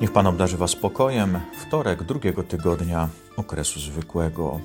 Niech Pan obdarzy Was spokojem. Wtorek drugiego tygodnia okresu zwykłego.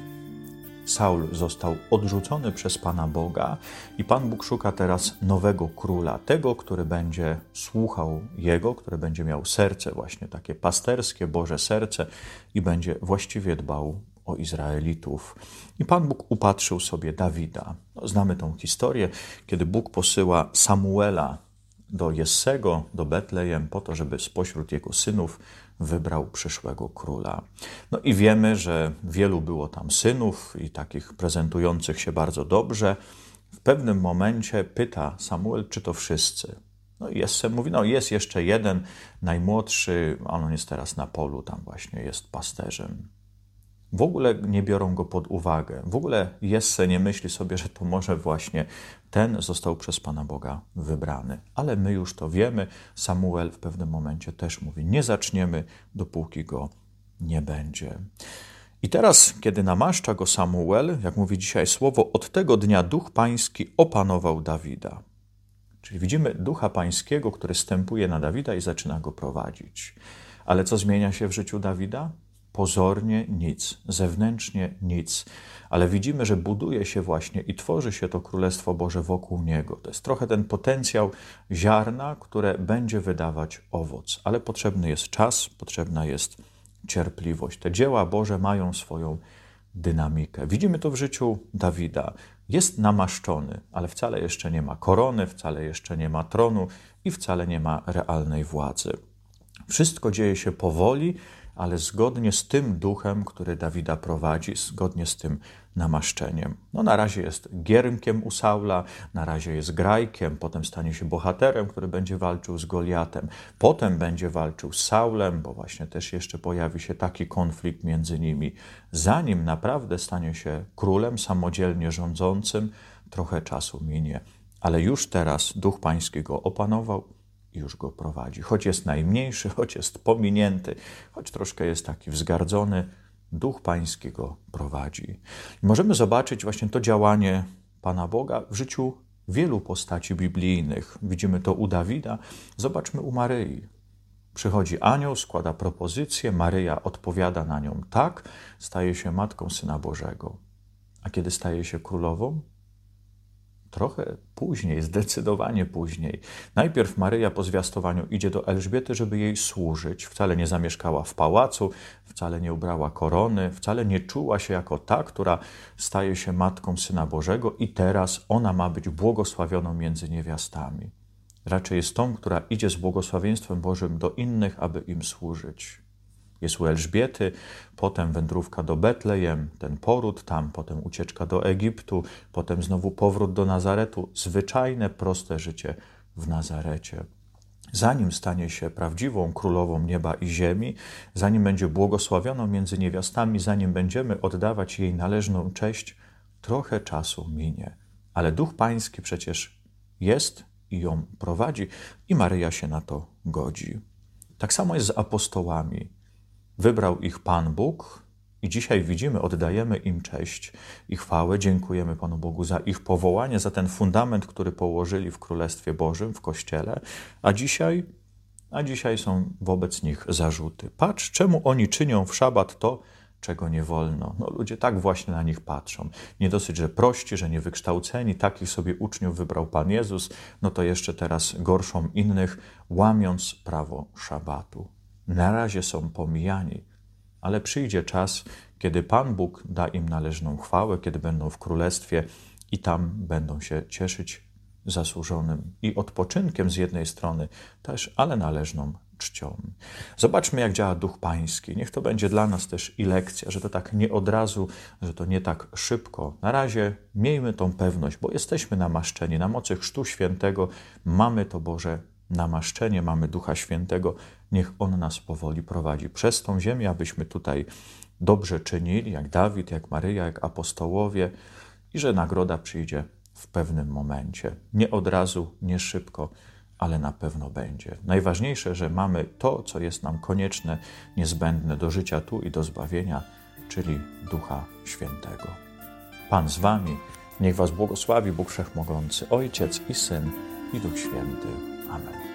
Saul został odrzucony przez Pana Boga i Pan Bóg szuka teraz nowego króla, tego, który będzie słuchał Jego, który będzie miał serce właśnie takie pasterskie, Boże serce i będzie właściwie dbał o Izraelitów. I Pan Bóg upatrzył sobie Dawida. Znamy tą historię, kiedy Bóg posyła Samuela do Jessego, do Betlejem, po to, żeby spośród jego synów wybrał przyszłego króla. No i wiemy, że wielu było tam synów i takich prezentujących się bardzo dobrze. W pewnym momencie pyta Samuel, czy to wszyscy. No i Jesse mówi, no jest jeszcze jeden, najmłodszy, on jest teraz na polu, tam właśnie jest pasterzem. W ogóle nie biorą go pod uwagę. W ogóle Jesse nie myśli sobie, że to może właśnie ten został przez Pana Boga wybrany. Ale my już to wiemy. Samuel w pewnym momencie też mówi, nie zaczniemy, dopóki go nie będzie. I teraz, kiedy namaszcza go Samuel, jak mówi dzisiaj słowo, od tego dnia Duch Pański opanował Dawida. Czyli widzimy Ducha Pańskiego, który stępuje na Dawida i zaczyna go prowadzić. Ale co zmienia się w życiu Dawida? Pozornie nic, zewnętrznie nic, ale widzimy, że buduje się właśnie i tworzy się to Królestwo Boże wokół niego. To jest trochę ten potencjał ziarna, które będzie wydawać owoc, ale potrzebny jest czas, potrzebna jest cierpliwość. Te dzieła Boże mają swoją dynamikę. Widzimy to w życiu Dawida. Jest namaszczony, ale wcale jeszcze nie ma korony, wcale jeszcze nie ma tronu i wcale nie ma realnej władzy. Wszystko dzieje się powoli, ale zgodnie z tym duchem, który Dawida prowadzi, zgodnie z tym namaszczeniem. No na razie jest giermkiem u Saula, na razie jest grajkiem, potem stanie się bohaterem, który będzie walczył z Goliatem, potem będzie walczył z Saulem, bo właśnie też jeszcze pojawi się taki konflikt między nimi. Zanim naprawdę stanie się królem samodzielnie rządzącym, trochę czasu minie. Ale już teraz Duch Pański go opanował, już go prowadzi. Choć jest najmniejszy, choć jest pominięty, choć troszkę jest taki wzgardzony, Duch Pański go prowadzi. I możemy zobaczyć właśnie to działanie Pana Boga w życiu wielu postaci biblijnych. Widzimy to u Dawida, zobaczmy u Maryi. Przychodzi anioł, składa propozycję, Maryja odpowiada na nią tak, staje się matką Syna Bożego. A kiedy staje się królową? Trochę później, zdecydowanie później. Najpierw Maryja po zwiastowaniu idzie do Elżbiety, żeby jej służyć. Wcale nie zamieszkała w pałacu, wcale nie ubrała korony, wcale nie czuła się jako ta, która staje się matką Syna Bożego i teraz ona ma być błogosławioną między niewiastami. Raczej jest tą, która idzie z błogosławieństwem Bożym do innych, aby im służyć. Jest u Elżbiety, potem wędrówka do Betlejem, ten poród tam, potem ucieczka do Egiptu, potem znowu powrót do Nazaretu. Zwyczajne, proste życie w Nazarecie. Zanim stanie się prawdziwą królową nieba i ziemi, zanim będzie błogosławioną między niewiastami, zanim będziemy oddawać jej należną cześć, trochę czasu minie. Ale Duch Pański przecież jest i ją prowadzi i Maryja się na to godzi. Tak samo jest z apostołami. Wybrał ich Pan Bóg i dzisiaj widzimy, oddajemy im cześć i chwałę, dziękujemy Panu Bogu za ich powołanie, za ten fundament, który położyli w Królestwie Bożym, w Kościele, a dzisiaj są wobec nich zarzuty. Patrz, czemu oni czynią w szabat to, czego nie wolno. No, ludzie tak właśnie na nich patrzą. Nie dosyć, że prości, że niewykształceni, takich sobie uczniów wybrał Pan Jezus, no to jeszcze teraz gorszą innych, łamiąc prawo szabatu. Na razie są pomijani, ale przyjdzie czas, kiedy Pan Bóg da im należną chwałę, kiedy będą w Królestwie i tam będą się cieszyć zasłużonym i odpoczynkiem z jednej strony też, ale należną czcią. Zobaczmy, jak działa Duch Pański. Niech to będzie dla nas też i lekcja, że to tak nie od razu, że to nie tak szybko. Na razie miejmy tą pewność, bo jesteśmy namaszczeni. Na mocy Chrztu Świętego mamy to Boże namaszczenie, mamy Ducha Świętego. Niech On nas powoli prowadzi przez tą ziemię, abyśmy tutaj dobrze czynili, jak Dawid, jak Maryja, jak apostołowie i że nagroda przyjdzie w pewnym momencie. Nie od razu, nie szybko, ale na pewno będzie. Najważniejsze, że mamy to, co jest nam konieczne, niezbędne do życia tu i do zbawienia, czyli Ducha Świętego. Pan z wami, niech was błogosławi Bóg Wszechmogący, Ojciec i Syn i Duch Święty. Amen.